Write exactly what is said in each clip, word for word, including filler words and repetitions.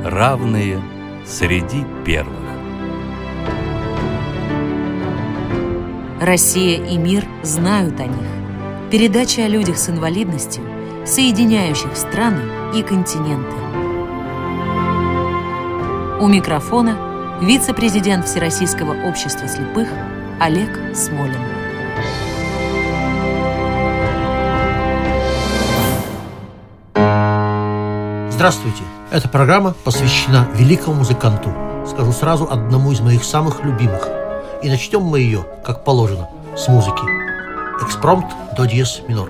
равные среди первых. Россия и мир знают о них. Передача о людях с инвалидностью, соединяющих страны и континенты. У микрофона вице-президент Всероссийского общества слепых Олег Смолин. Здравствуйте! Эта программа посвящена великому музыканту. Скажу сразу, одному из моих самых любимых. И начнем мы ее, как положено, с музыки. Экспромт до диез минор.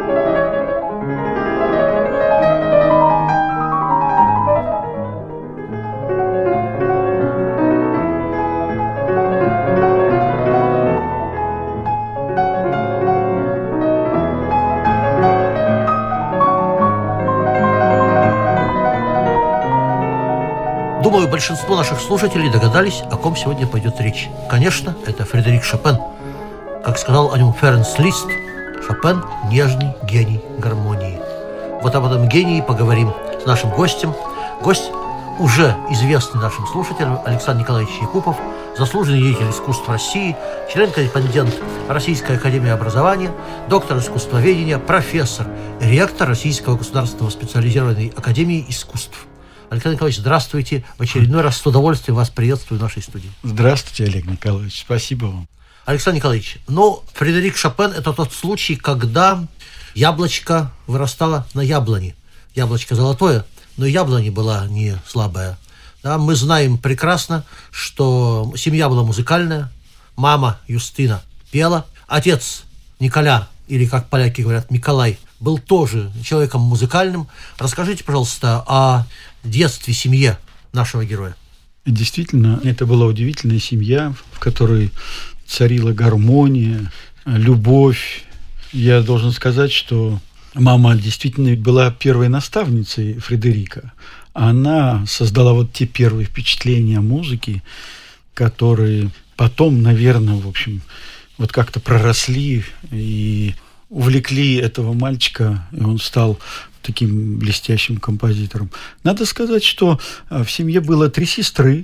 Думаю, большинство наших слушателей догадались, о ком сегодня пойдет речь. Конечно, это Фредерик Шопен. Как сказал о нем Ференц Лист, Шопен – нежный гений гармонии. Вот об этом гении поговорим с нашим гостем. Гость уже известный нашим слушателям Александр Николаевич Якупов, заслуженный деятель искусств России, член-корреспондент Российской академии образования, доктор искусствоведения, профессор, ректор Российского государственного специализированной академии искусств. Александр Николаевич, здравствуйте. В очередной раз с удовольствием вас приветствую в нашей студии. Здравствуйте, Олег Николаевич. Спасибо вам. Александр Николаевич, ну, Фредерик Шопен – это тот случай, когда яблочко вырастало на яблоне. Яблочко золотое, но яблоня была не слабая. Да, мы знаем прекрасно, что семья была музыкальная. Мама Юстина пела. Отец Николя, или, как поляки говорят, Миколай, был тоже человеком музыкальным. Расскажите, пожалуйста, о детстве, семье нашего героя. Действительно, это была удивительная семья, в которой царила гармония, любовь. Я должен сказать, что мама действительно была первой наставницей Фредерика. Она создала вот те первые впечатления о музыке, которые потом, наверное, в общем, вот как-то проросли и увлекли этого мальчика, и он стал таким блестящим композитором. Надо сказать, что в семье было три сестры,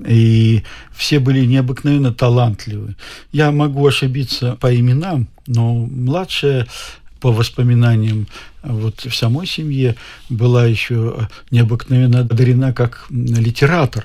и все были необыкновенно талантливы. Я могу ошибиться по именам, но младшая, по воспоминаниям вот в самой семье, была еще необыкновенно одарена как литератор.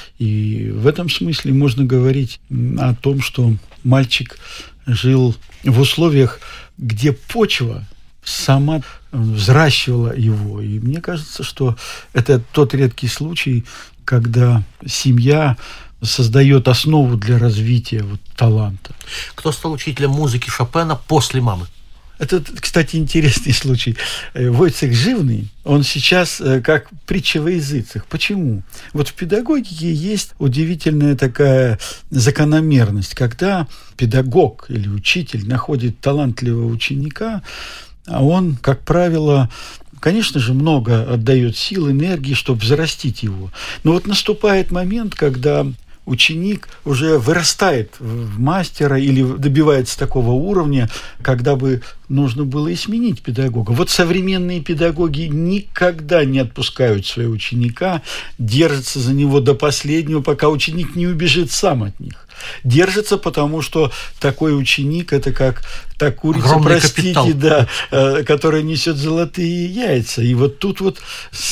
И в этом смысле можно говорить о том, что мальчик жил в условиях, где почва сама взращивала его. И мне кажется, что это тот редкий случай, когда семья создает основу для развития вот таланта. Кто стал учителем музыки Шопена после мамы? Это, кстати, интересный случай. Войцех Живный, он сейчас как притча во языцах. Почему? Вот в педагогике есть удивительная такая закономерность, когда педагог или учитель находит талантливого ученика, а он, как правило, конечно же, много отдает сил, энергии, чтобы взрастить его. Но вот наступает момент, когда ученик уже вырастает в мастера или добивается такого уровня, когда бы нужно было и сменить педагога. Вот современные педагоги никогда не отпускают своего ученика, держатся за него до последнего, пока ученик не убежит сам от них. Держится, потому что такой ученик – это как та курица, огромный простите, капитал. да, э, которая несет золотые яйца. И вот тут вот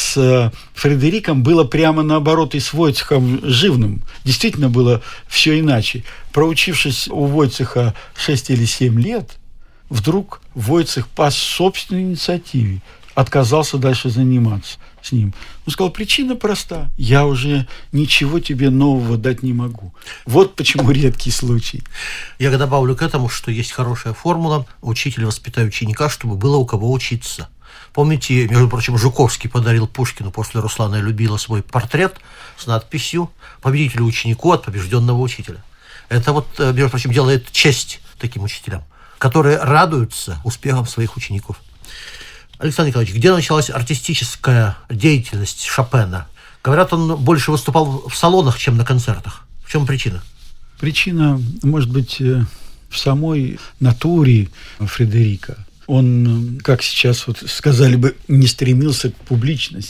с Фредериком было прямо наоборот, и с Войцехом Живным. Действительно было все иначе. Проучившись у Войцеха шесть или семь лет, вдруг Войцех по собственной инициативе отказался дальше заниматься с ним. Он сказал, причина проста. Я уже ничего тебе нового дать не могу. Вот почему редкий случай. Я добавлю к этому, что есть хорошая формула. Учитель воспитает ученика, чтобы было у кого учиться. Помните, между прочим, Жуковский подарил Пушкину после «Руслана я любила» свой портрет с надписью «Победителю ученику от побежденного учителя». Это вот, между прочим, делает честь таким учителям, которые радуются успехам своих учеников. Александр Николаевич, где началась артистическая деятельность Шопена? Говорят, он больше выступал в салонах, чем на концертах. В чем причина? Причина, может быть, в самой натуре Фредерика. Он, как сейчас вот сказали бы, не стремился к публичности.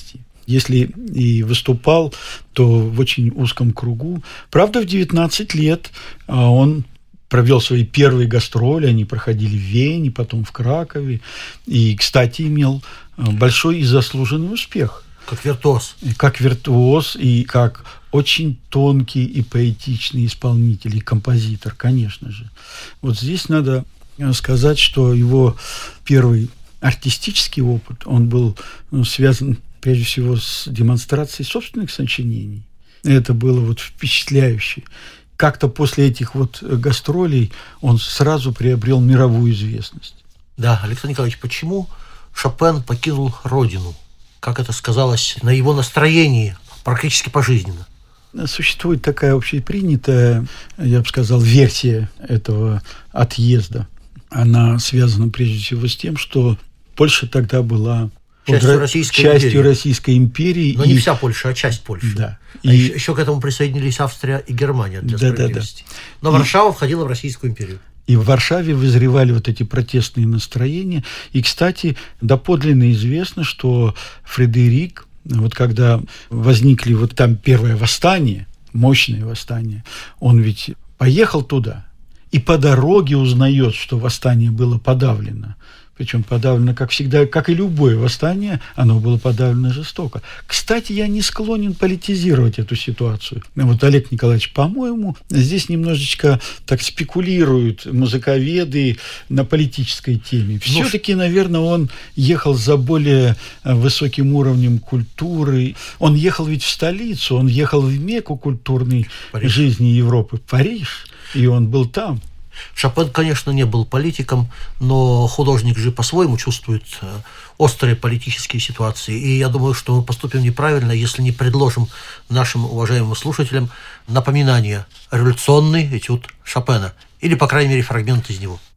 Если и выступал, то в очень узком кругу. Правда, в девятнадцать лет он провел свои первые гастроли, они проходили в Вене, потом в Кракове. И, кстати, имел большой и заслуженный успех. Как виртуоз. Как виртуоз и как очень тонкий и поэтичный исполнитель и композитор, конечно же. Вот здесь надо сказать, что его первый артистический опыт, он был ну, связан прежде всего с демонстрацией собственных сочинений. Это было вот впечатляюще. Как-то после этих вот гастролей он сразу приобрел мировую известность. Да, Александр Николаевич, почему Шопен покинул родину? Как это сказалось на его настроении практически пожизненно? Существует такая общепринятая, я бы сказал, версия этого отъезда. Она связана прежде всего с тем, что Польша тогда была частью, под... Российской, частью империи. Российской империи. Но и... не вся Польша, а часть Польши. Да. А и... еще, еще к этому присоединились Австрия и Германия для да, справедливости. да, да. Но и... Варшава входила в Российскую империю. И в Варшаве вызревали вот эти протестные настроения. И, кстати, доподлинно известно, что Фредерик, вот когда возникли вот там первое восстание, мощное восстание, он ведь поехал туда и по дороге узнает, что восстание было подавлено. Причем подавлено, как всегда, как и любое восстание, оно было подавлено жестоко. Кстати, я не склонен политизировать эту ситуацию. Вот Олег Николаевич, по-моему, здесь немножечко так спекулируют музыковеды на политической теме. Все-таки, наверное, он ехал за более высоким уровнем культуры. Он ехал ведь в столицу, он ехал в Мекку культурной Париж. Жизни Европы, в Париж, и он был там. Шопен, конечно, не был политиком, но художник же по-своему чувствует острые политические ситуации. И я думаю, что мы поступим неправильно, если не предложим нашим уважаемым слушателям напоминание революционный этюд Шопена. Или, по крайней мере, фрагмент из него.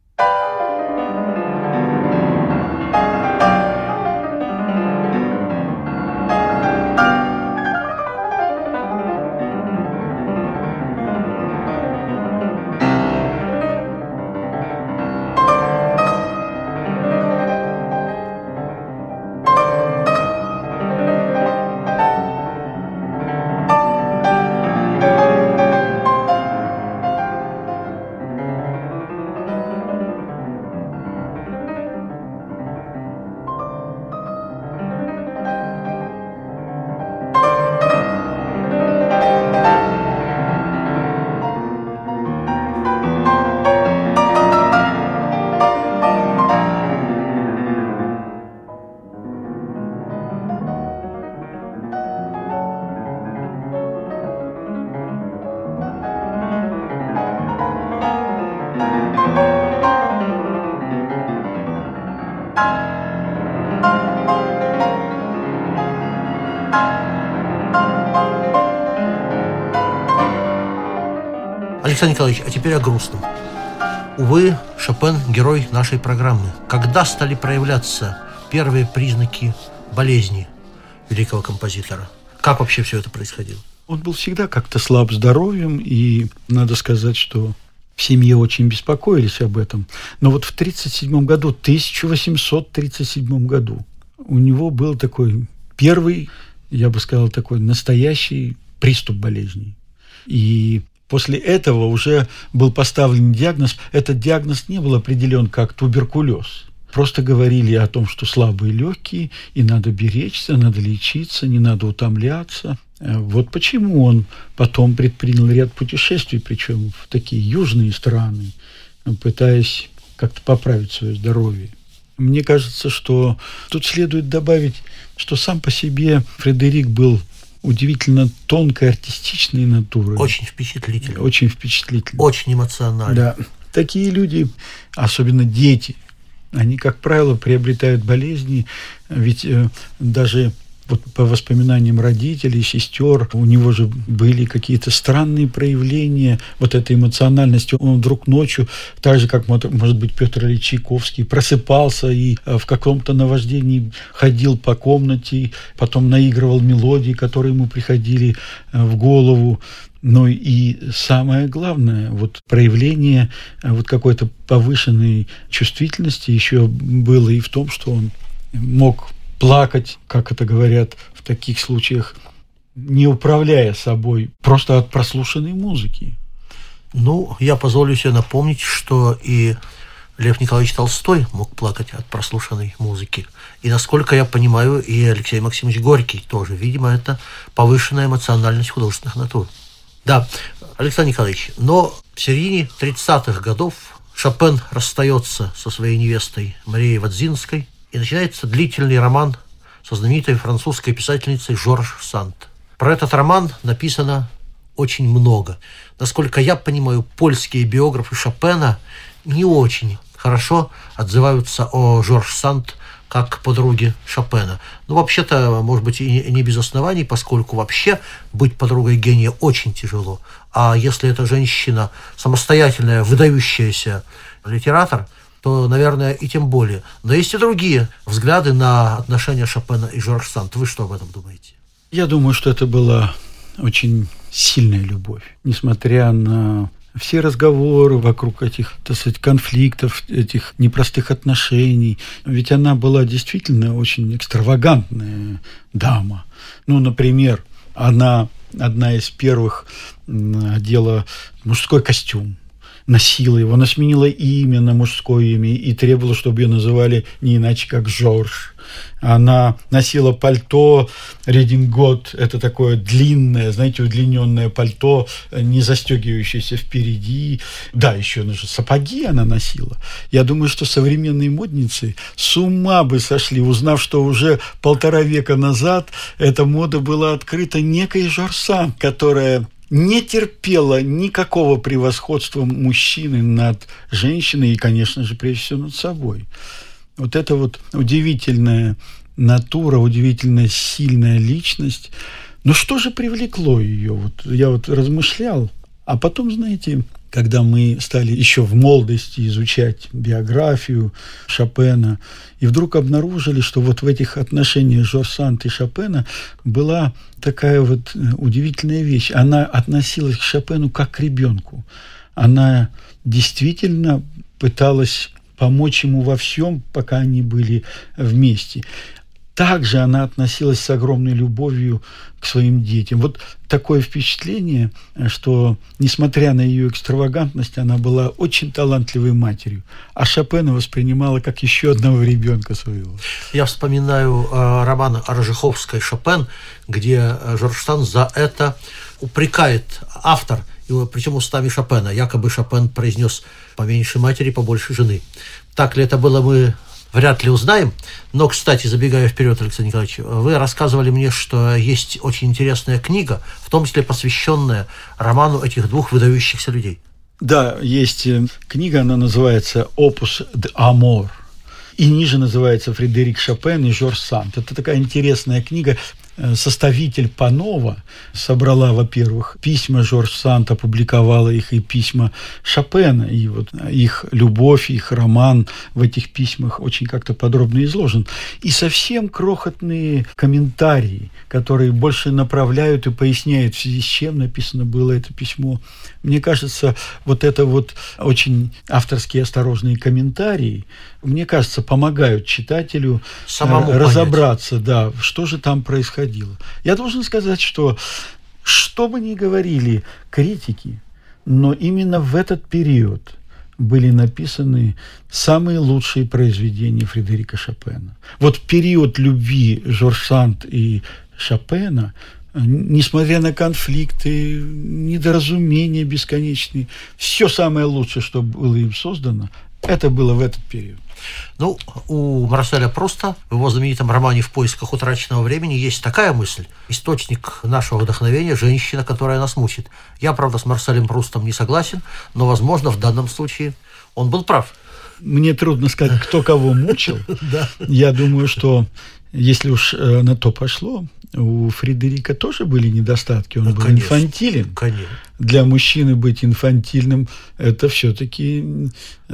Александр Николаевич, а теперь о грустном. Увы, Шопен – герой нашей программы. Когда стали проявляться первые признаки болезни великого композитора? Как вообще все это происходило? Он был всегда как-то слаб здоровьем, и надо сказать, что в семье очень беспокоились об этом. Но вот в тридцать седьмом году, тысяча восемьсот тридцать седьмом году, у него был такой первый, я бы сказал, такой настоящий приступ болезни. И после этого уже был поставлен диагноз. Этот диагноз не был определен как туберкулез. Просто говорили о том, что слабые легкие, и надо беречься, надо лечиться, не надо утомляться. Вот почему он потом предпринял ряд путешествий, причем в такие южные страны, пытаясь как-то поправить свое здоровье. Мне кажется, что тут следует добавить, что сам по себе Фредерик был удивительно тонкой, артистичной натуры. Очень впечатлительный. Очень впечатлительный. Очень эмоциональный. Да. Такие люди, особенно дети, они, как правило, приобретают болезни, ведь э, даже вот по воспоминаниям родителей, сестер, у него же были какие-то странные проявления вот этой эмоциональности. Он вдруг ночью, так же, как, может быть, Петр Ильич Чайковский, просыпался и в каком-то наваждении ходил по комнате, потом наигрывал мелодии, которые ему приходили в голову. Ну и самое главное, вот проявление вот какой-то повышенной чувствительности еще было и в том, что он мог плакать, как это говорят, в таких случаях, не управляя собой, просто от прослушанной музыки. Ну, я позволю себе напомнить, что и Лев Николаевич Толстой мог плакать от прослушанной музыки. И, насколько я понимаю, и Алексей Максимович Горький тоже. Видимо, это повышенная эмоциональность художественных натур. Да, Александр Николаевич, но в середине тридцатых годов Шопен расстается со своей невестой Марией Вадзинской, и начинается длительный роман со знаменитой французской писательницей Жорж Санд. Про этот роман написано очень много. Насколько я понимаю, польские биографы Шопена не очень хорошо отзываются о Жорж Санд как подруге Шопена. Ну, вообще-то, может быть, и не без оснований, поскольку вообще быть подругой гения очень тяжело. А если эта женщина самостоятельная, выдающаяся литератор, то, наверное, и тем более. Но есть и другие взгляды на отношения Шопена и Жорж Санд. Вы что об этом думаете? Я думаю, что это была очень сильная любовь, несмотря на все разговоры вокруг этих, так сказать, конфликтов, этих непростых отношений. Ведь она была действительно очень экстравагантная дама. Ну, например, она одна из первых одела мужской костюм, носила его, она сменила имя на мужское имя и требовала, чтобы ее называли не иначе, как Жорж. Она носила пальто редингот, это такое длинное, знаете, удлиненное пальто, не застегивающееся впереди. Да, еще даже сапоги она носила. Я думаю, что современные модницы с ума бы сошли, узнав, что уже полтора века назад эта мода была открыта некой Жорж Санд, которая не терпела никакого превосходства мужчины над женщиной и, конечно же, прежде всего над собой. Вот это вот удивительная натура, удивительная сильная личность. Но что же привлекло ее? Вот я вот размышлял. А потом, знаете, когда мы стали еще в молодости изучать биографию Шопена, и вдруг обнаружили, что вот в этих отношениях Жорж Санд и Шопена была такая вот удивительная вещь. Она относилась к Шопену как к ребенку. Она действительно пыталась помочь ему во всем, пока они были вместе. Также она относилась с огромной любовью к своим детям. Вот такое впечатление, что, несмотря на ее экстравагантность, она была очень талантливой матерью, а Шопена воспринимала как еще одного ребенка своего. Я вспоминаю э, роман Рожиховской «Шопен», где Жорж Санд за это упрекает автор, причем устами Шопена. Якобы Шопен произнес «поменьше матери, побольше жены». Так ли это было, мы вряд ли узнаем. Но, кстати, забегая вперед, Александр Николаевич, вы рассказывали мне, что есть очень интересная книга, в том числе посвященная роману этих двух выдающихся людей. Да, есть книга, она называется «Опус де Амор». И ниже называется «Фредерик Шопен и Жорж Санд». Это такая интересная книга. Составитель Панова собрала, во-первых, письма Жорж Санд, опубликовала их, и письма Шопена, и вот их любовь, их роман в этих письмах очень как-то подробно изложен. И совсем крохотные комментарии, которые больше направляют и поясняют, в связи с чем написано было это письмо. Мне кажется, вот это вот очень авторские осторожные комментарии, мне кажется, помогают читателю самому разобраться, да, что же там происходило. Я должен сказать, что что бы ни говорили критики, но именно в этот период были написаны самые лучшие произведения Фредерика Шопена. Вот период любви Жорж Санд и Шопена, несмотря на конфликты, недоразумения бесконечные, все самое лучшее, что было им создано, это было в этот период. Ну, у Марселя Пруста в его знаменитом романе «В поисках утраченного времени» есть такая мысль: источник нашего вдохновения – женщина, которая нас мучит. Я, правда, с Марселем Прустом не согласен, но, возможно, в данном случае он был прав. Мне трудно сказать, кто кого мучил. Я думаю, что если уж на то пошло, у Фредерика тоже были недостатки. Он ну, был конечно, инфантилен. Конечно. Для мужчины быть инфантильным – это все-таки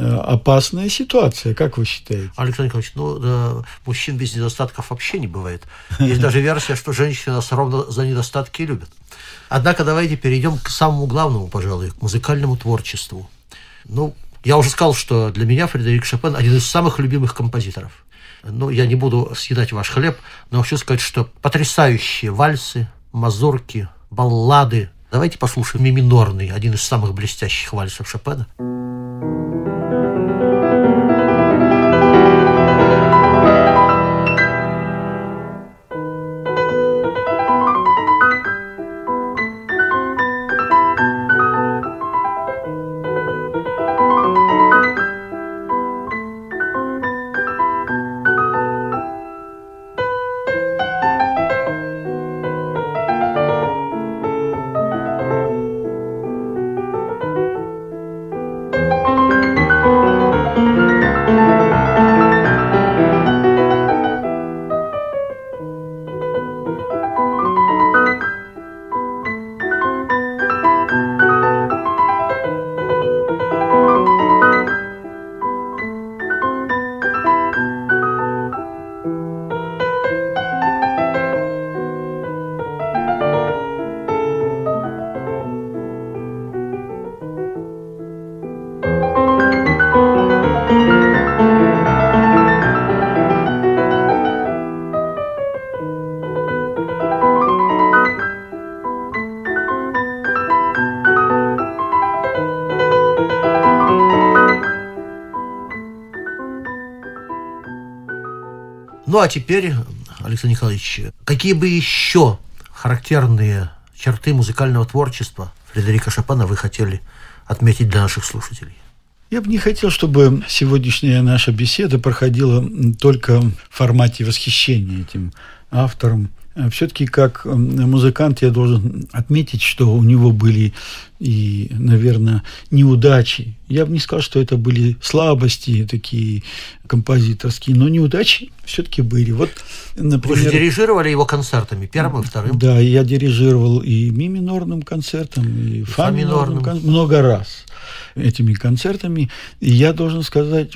опасная ситуация. Как вы считаете? Александр Николаевич, ну, да, мужчин без недостатков вообще не бывает. Есть даже версия, что женщины нас ровно за недостатки любят. Однако давайте перейдем к самому главному, пожалуй, к музыкальному творчеству. Ну, я уже сказал, что для меня Фредерик Шопен один из самых любимых композиторов. Ну, я не буду съедать ваш хлеб, но хочу сказать, что потрясающие вальсы, мазурки, баллады. Давайте послушаем ми минорный, один из самых блестящих вальсов Шопена. Ну, а теперь, Александр Николаевич, какие бы еще характерные черты музыкального творчества Фредерика Шопена вы хотели отметить для наших слушателей? Я бы не хотел, чтобы сегодняшняя наша беседа проходила только в формате восхищения этим автором. Все-таки как музыкант я должен отметить, что у него были и, наверное, неудачи. Я бы не сказал, что это были слабости такие композиторские, но неудачи все-таки были. Вот, например, вы же дирижировали его концертами, первым и вторым. Да, я дирижировал и ми минорным концертом, и, и фа минорным концертом, много раз этими концертами. И я должен сказать,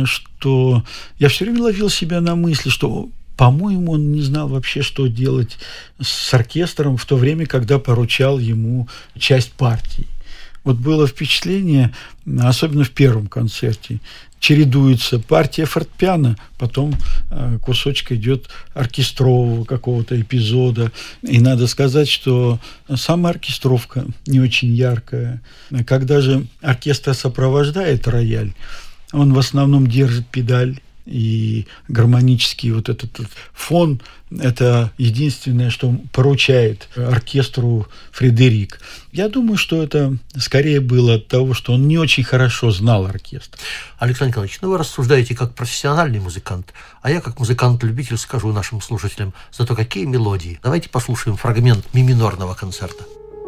что я все время ловил себя на мысли, что, по-моему, он не знал вообще, что делать с оркестром в то время, когда поручал ему часть партий. Вот было впечатление, особенно в первом концерте, чередуется партия фортепиано, потом кусочек идет оркестрового какого-то эпизода. И надо сказать, что сама оркестровка не очень яркая. Когда же оркестр сопровождает рояль, он в основном держит педаль, и гармонический вот этот, этот фон – это единственное, что поручает оркестру Фредерик. Я думаю, что это скорее было от того, что он не очень хорошо знал оркестр. Александр Николаевич, ну вы рассуждаете как профессиональный музыкант, а я как музыкант-любитель скажу нашим слушателям, зато какие мелодии. Давайте послушаем фрагмент ми минорного концерта.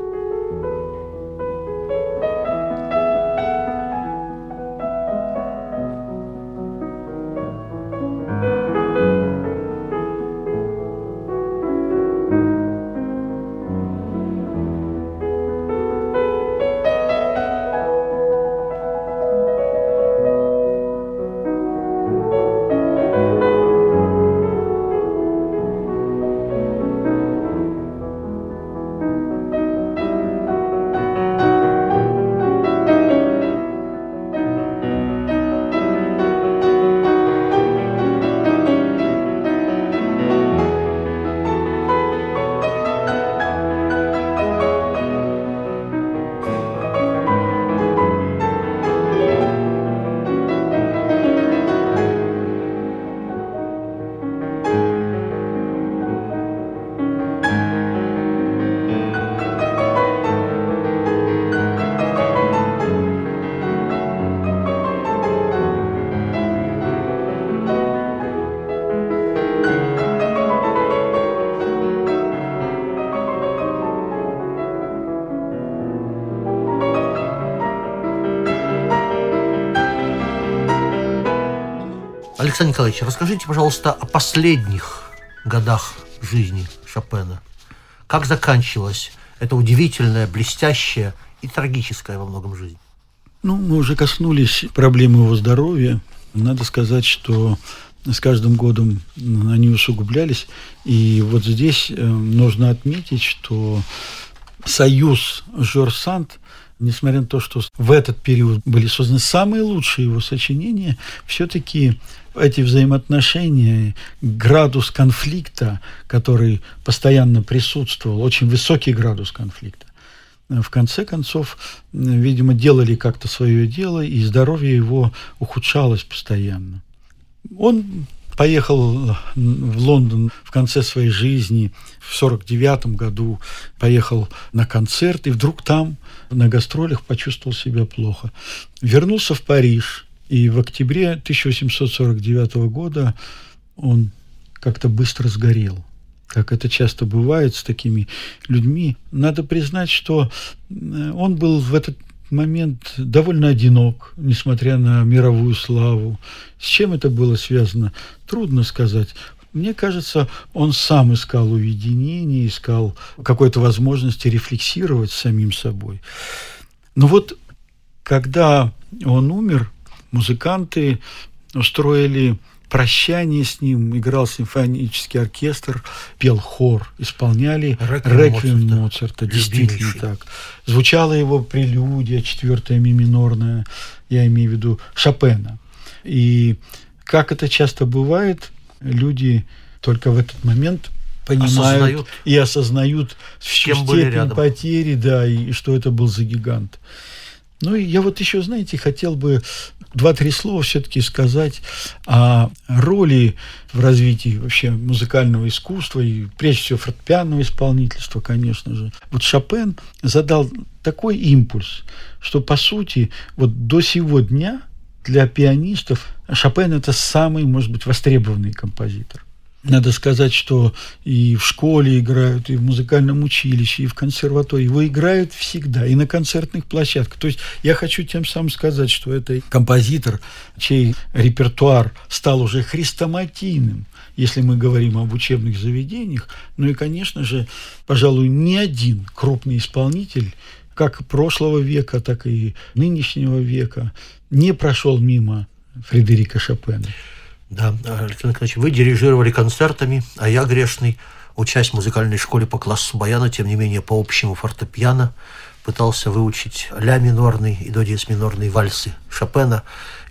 Александр Николаевич, расскажите, пожалуйста, о последних годах жизни Шопена. Как заканчивалась эта удивительная, блестящая и трагическая во многом жизнь? Ну, мы уже коснулись проблемы его здоровья. Надо сказать, что с каждым годом они усугублялись. И вот здесь нужно отметить, что союз Жорж Санд несмотря на то, что в этот период были созданы самые лучшие его сочинения, все-таки эти взаимоотношения, градус конфликта, который постоянно присутствовал, очень высокий градус конфликта, в конце концов, видимо, делали как-то свое дело, и здоровье его ухудшалось постоянно. Он поехал в Лондон в конце своей жизни, в сорок девятом году поехал на концерт, и вдруг там на гастролях почувствовал себя плохо. Вернулся в Париж, и в октябре тысяча восемьсот сорок девятого года он как-то быстро сгорел. Как это часто бывает с такими людьми. Надо признать, что он был в этот момент довольно одинок, несмотря на мировую славу. С чем это было связано, трудно сказать. Мне кажется, он сам искал уединения, искал какой-то возможности рефлексировать с самим собой. Но вот, когда он умер, музыканты устроили прощание с ним, играл симфонический оркестр, пел хор, исполняли реквием Моцарта. Моцарта. Действительно так. Звучала его прелюдия, четвертая ми минорная, я имею в виду Шопена. И как это часто бывает, люди только в этот момент понимают осознают, и осознают всю степень потери, да, и что это был за гигант. Ну и я вот еще, знаете, хотел бы два-три слова все-таки сказать о роли в развитии вообще музыкального искусства и, прежде всего, фортепианного исполнительства, конечно же. Вот Шопен задал такой импульс, что, по сути, вот до сего дня для пианистов Шопен – это самый, может быть, востребованный композитор. Надо сказать, что и в школе играют, и в музыкальном училище, и в консерватории. Его играют всегда, и на концертных площадках. То есть я хочу тем самым сказать, что это композитор, чей репертуар стал уже хрестоматийным, если мы говорим об учебных заведениях. Ну и, конечно же, пожалуй, ни один крупный исполнитель, как прошлого века, так и нынешнего века, не прошел мимо Фредерика Шопена. Да, Александр Николаевич, вы дирижировали концертами, а я, грешный, учась в музыкальной школе по классу баяна, тем не менее по общему фортепиано, пытался выучить ля минорный и до диез минорный вальсы Шопена,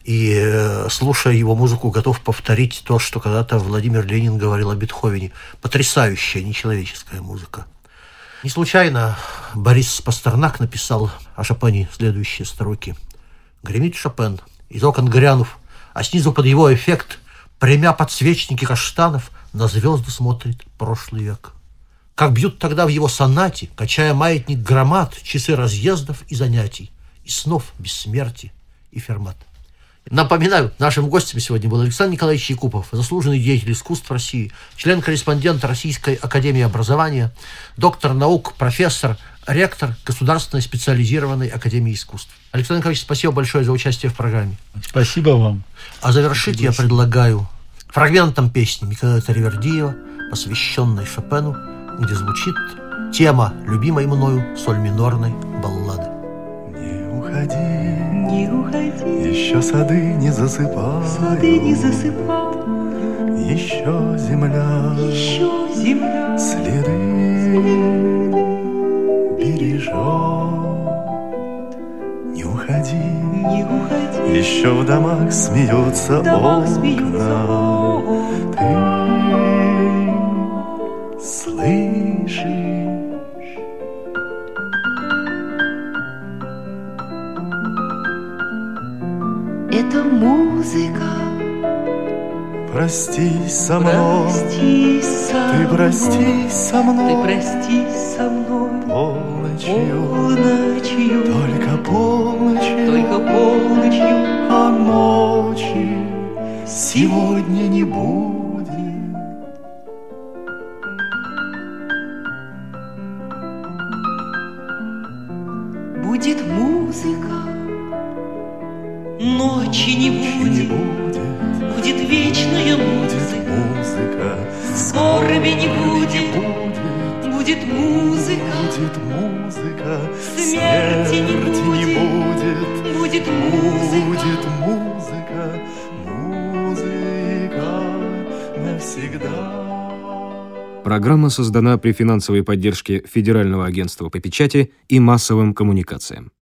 и, слушая его музыку, готов повторить то, что когда-то Владимир Ленин говорил о Бетховене. Потрясающая, нечеловеческая музыка. Не случайно Борис Пастернак написал о Шопене следующие строки. «Гремит Шопен, из окон грянув, а снизу под его эффект, прямя подсвечники каштанов, на звезды смотрит прошлый век. Как бьют тогда в его сонате, качая маятник громад, часы разъездов и занятий, и снов бессмертия и фермат». Напоминаю, нашим гостем сегодня был Александр Николаевич Якупов, заслуженный деятель искусств России, член-корреспондент Российской академии образования, доктор наук, профессор, ректор Государственной специализированной академии искусств. Александр Николаевич, спасибо большое за участие в программе. Спасибо вам. А завершить спасибо. Я предлагаю фрагментом песни Микаэла Таривердиева, посвященной Шопену, где звучит тема любимой мною соль минорной баллады. Не уходи, не уходи, еще сады не засыпают, сады не засыпают, еще земля, еще земля, следы, следы бережет. Не уходи, не уходи, еще в домах смеются, в домах окна, смеются ты слышишь? Это музыка. Прости со мной, прости со ты прости со мной, ты прости со мной полночью, полночью, только полночью, только полночью, а ночи сегодня не будет. Будет музыка. Ночи не будет, не будет, будет вечная музыка, музыка. Скорби не будет, будет, будет музыка, будет музыка. Смерти не будет, будет, будет музыка, будет музыка, музыка навсегда. Программа создана при финансовой поддержке Федерального агентства по печати и массовым коммуникациям.